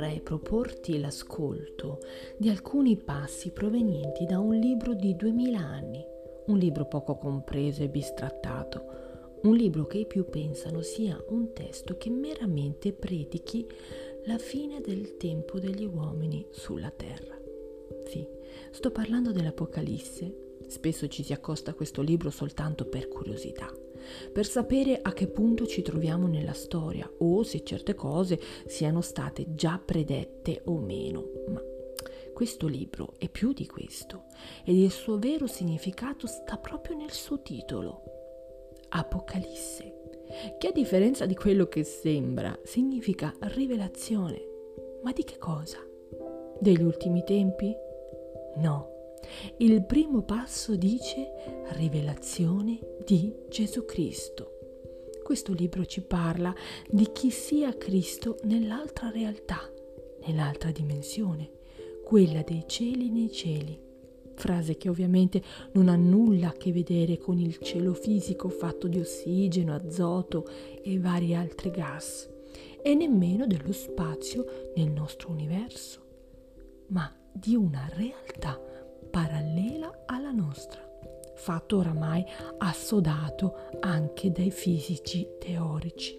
vorrei proporti l'ascolto di alcuni passi provenienti da un libro di 2000 anni, un libro poco compreso e bistrattato, un libro che i più pensano sia un testo che meramente predichi la fine del tempo degli uomini sulla terra. Sì, sto parlando dell'Apocalisse. Spesso ci si accosta a questo libro soltanto per curiosità, per sapere a che punto ci troviamo nella storia o se certe cose siano state già predette o meno. Ma questo libro è più di questo ed il suo vero significato sta proprio nel suo titolo, Apocalisse, che a differenza di quello che sembra significa rivelazione. Ma di che cosa? Degli ultimi tempi? No. Il primo passo dice rivelazione di Gesù Cristo. Questo libro ci parla di chi sia Cristo nell'altra realtà, nell'altra dimensione, quella dei cieli nei cieli. Frase che ovviamente non ha nulla a che vedere con il cielo fisico fatto di ossigeno, azoto e vari altri gas, e nemmeno dello spazio nel nostro universo, ma di una realtà parallela alla nostra, fatto oramai assodato anche dai fisici teorici.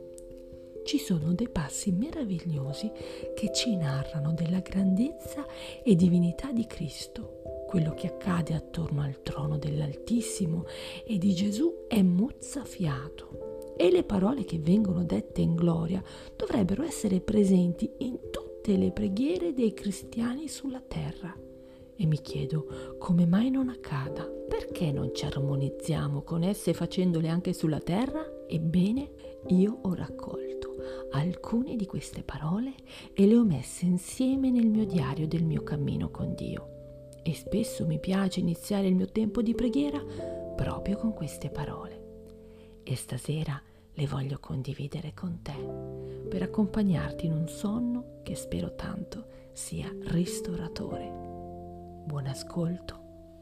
Ci sono dei passi meravigliosi che ci narrano della grandezza e divinità di Cristo, quello che accade attorno al trono dell'Altissimo e di Gesù è mozzafiato, e le parole che vengono dette in gloria dovrebbero essere presenti in tutte le preghiere dei cristiani sulla terra. E mi chiedo come mai non accada. Perché non ci armonizziamo con esse facendole anche sulla terra? Ebbene, io ho raccolto alcune di queste parole e le ho messe insieme nel mio diario del mio cammino con Dio. E spesso mi piace iniziare il mio tempo di preghiera proprio con queste parole. E stasera le voglio condividere con te per accompagnarti in un sonno che spero tanto sia ristoratore. Buon ascolto.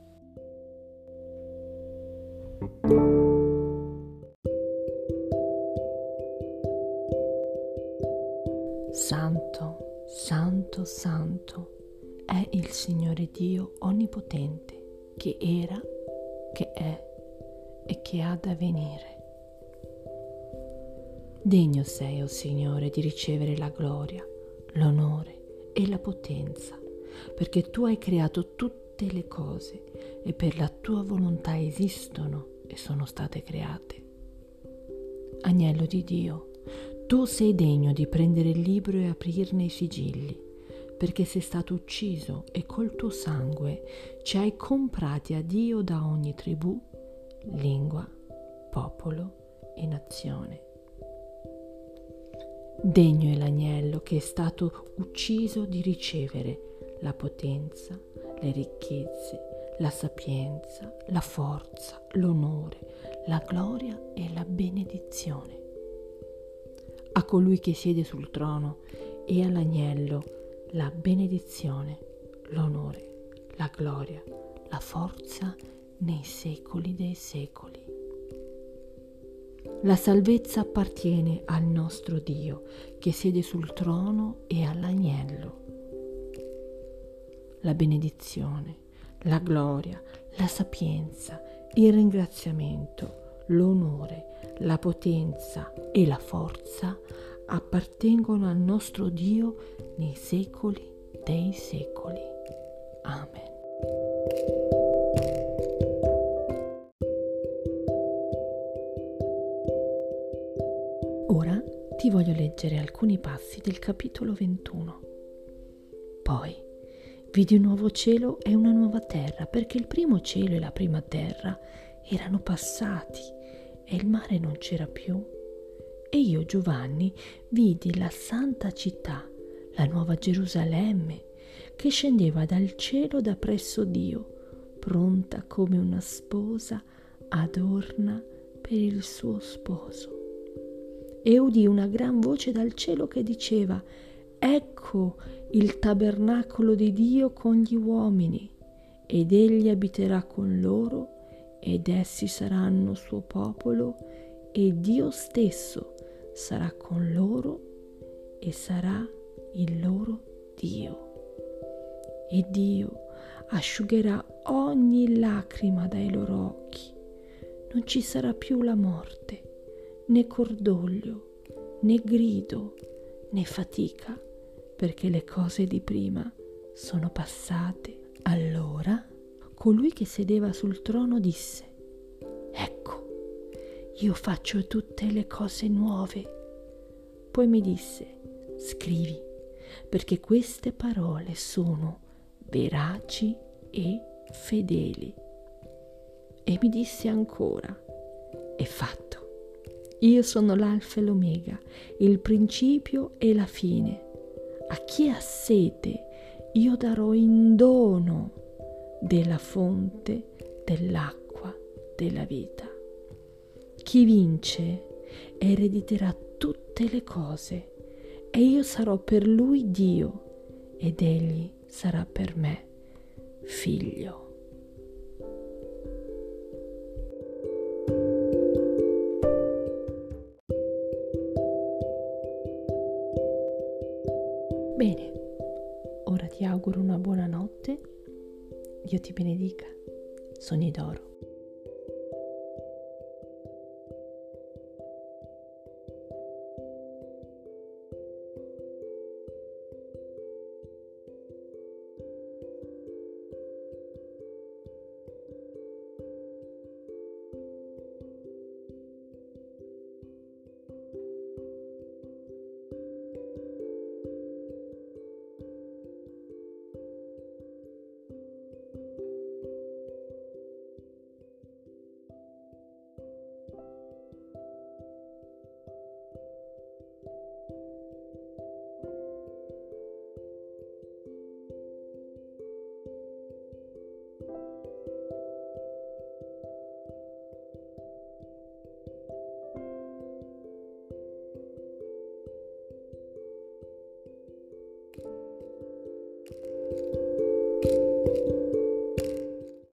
Santo, santo, santo è il Signore Dio Onnipotente, che era, che è e che ha da venire. Degno sei, o Signore, di ricevere la gloria, l'onore e la potenza, perché tu hai creato tutte le cose e per la tua volontà esistono e sono state create. Agnello di Dio, tu sei degno di prendere il libro e aprirne i sigilli, perché sei stato ucciso e col tuo sangue ci hai comprati a Dio da ogni tribù, lingua, popolo e nazione. Degno è l'agnello che è stato ucciso di ricevere la potenza, le ricchezze, la sapienza, la forza, l'onore, la gloria e la benedizione. A colui che siede sul trono e all'agnello la benedizione, l'onore, la gloria, la forza nei secoli dei secoli. La salvezza appartiene al nostro Dio che siede sul trono e all'agnello. La benedizione, la gloria, la sapienza, il ringraziamento, l'onore, la potenza e la forza appartengono al nostro Dio nei secoli dei secoli. Amen. Ora ti voglio leggere alcuni passi del capitolo 21. Poi vidi un nuovo cielo e una nuova terra, perché il primo cielo e la prima terra erano passati e il mare non c'era più. E io, Giovanni, vidi la santa città, la nuova Gerusalemme, che scendeva dal cielo da presso Dio, pronta come una sposa adorna per il suo sposo. E udì una gran voce dal cielo che diceva: Ecco il tabernacolo di Dio con gli uomini, ed egli abiterà con loro, ed essi saranno suo popolo, e Dio stesso sarà con loro e sarà il loro Dio. E Dio asciugherà ogni lacrima dai loro occhi. Non ci sarà più la morte, né cordoglio, né grido, né fatica, perché le cose di prima sono passate. Allora colui che sedeva sul trono disse: Ecco, io faccio tutte le cose nuove. Poi mi disse: Scrivi, perché queste parole sono veraci e fedeli. E mi disse ancora: È fatto. Io sono l'Alfa e l'Omega, il principio e la fine. A chi ha sete io darò in dono della fonte dell'acqua della vita. Chi vince erediterà tutte le cose, e io sarò per lui Dio, ed egli sarà per me figlio. Bene, ora ti auguro una buona notte. Dio ti benedica. Sogni d'oro.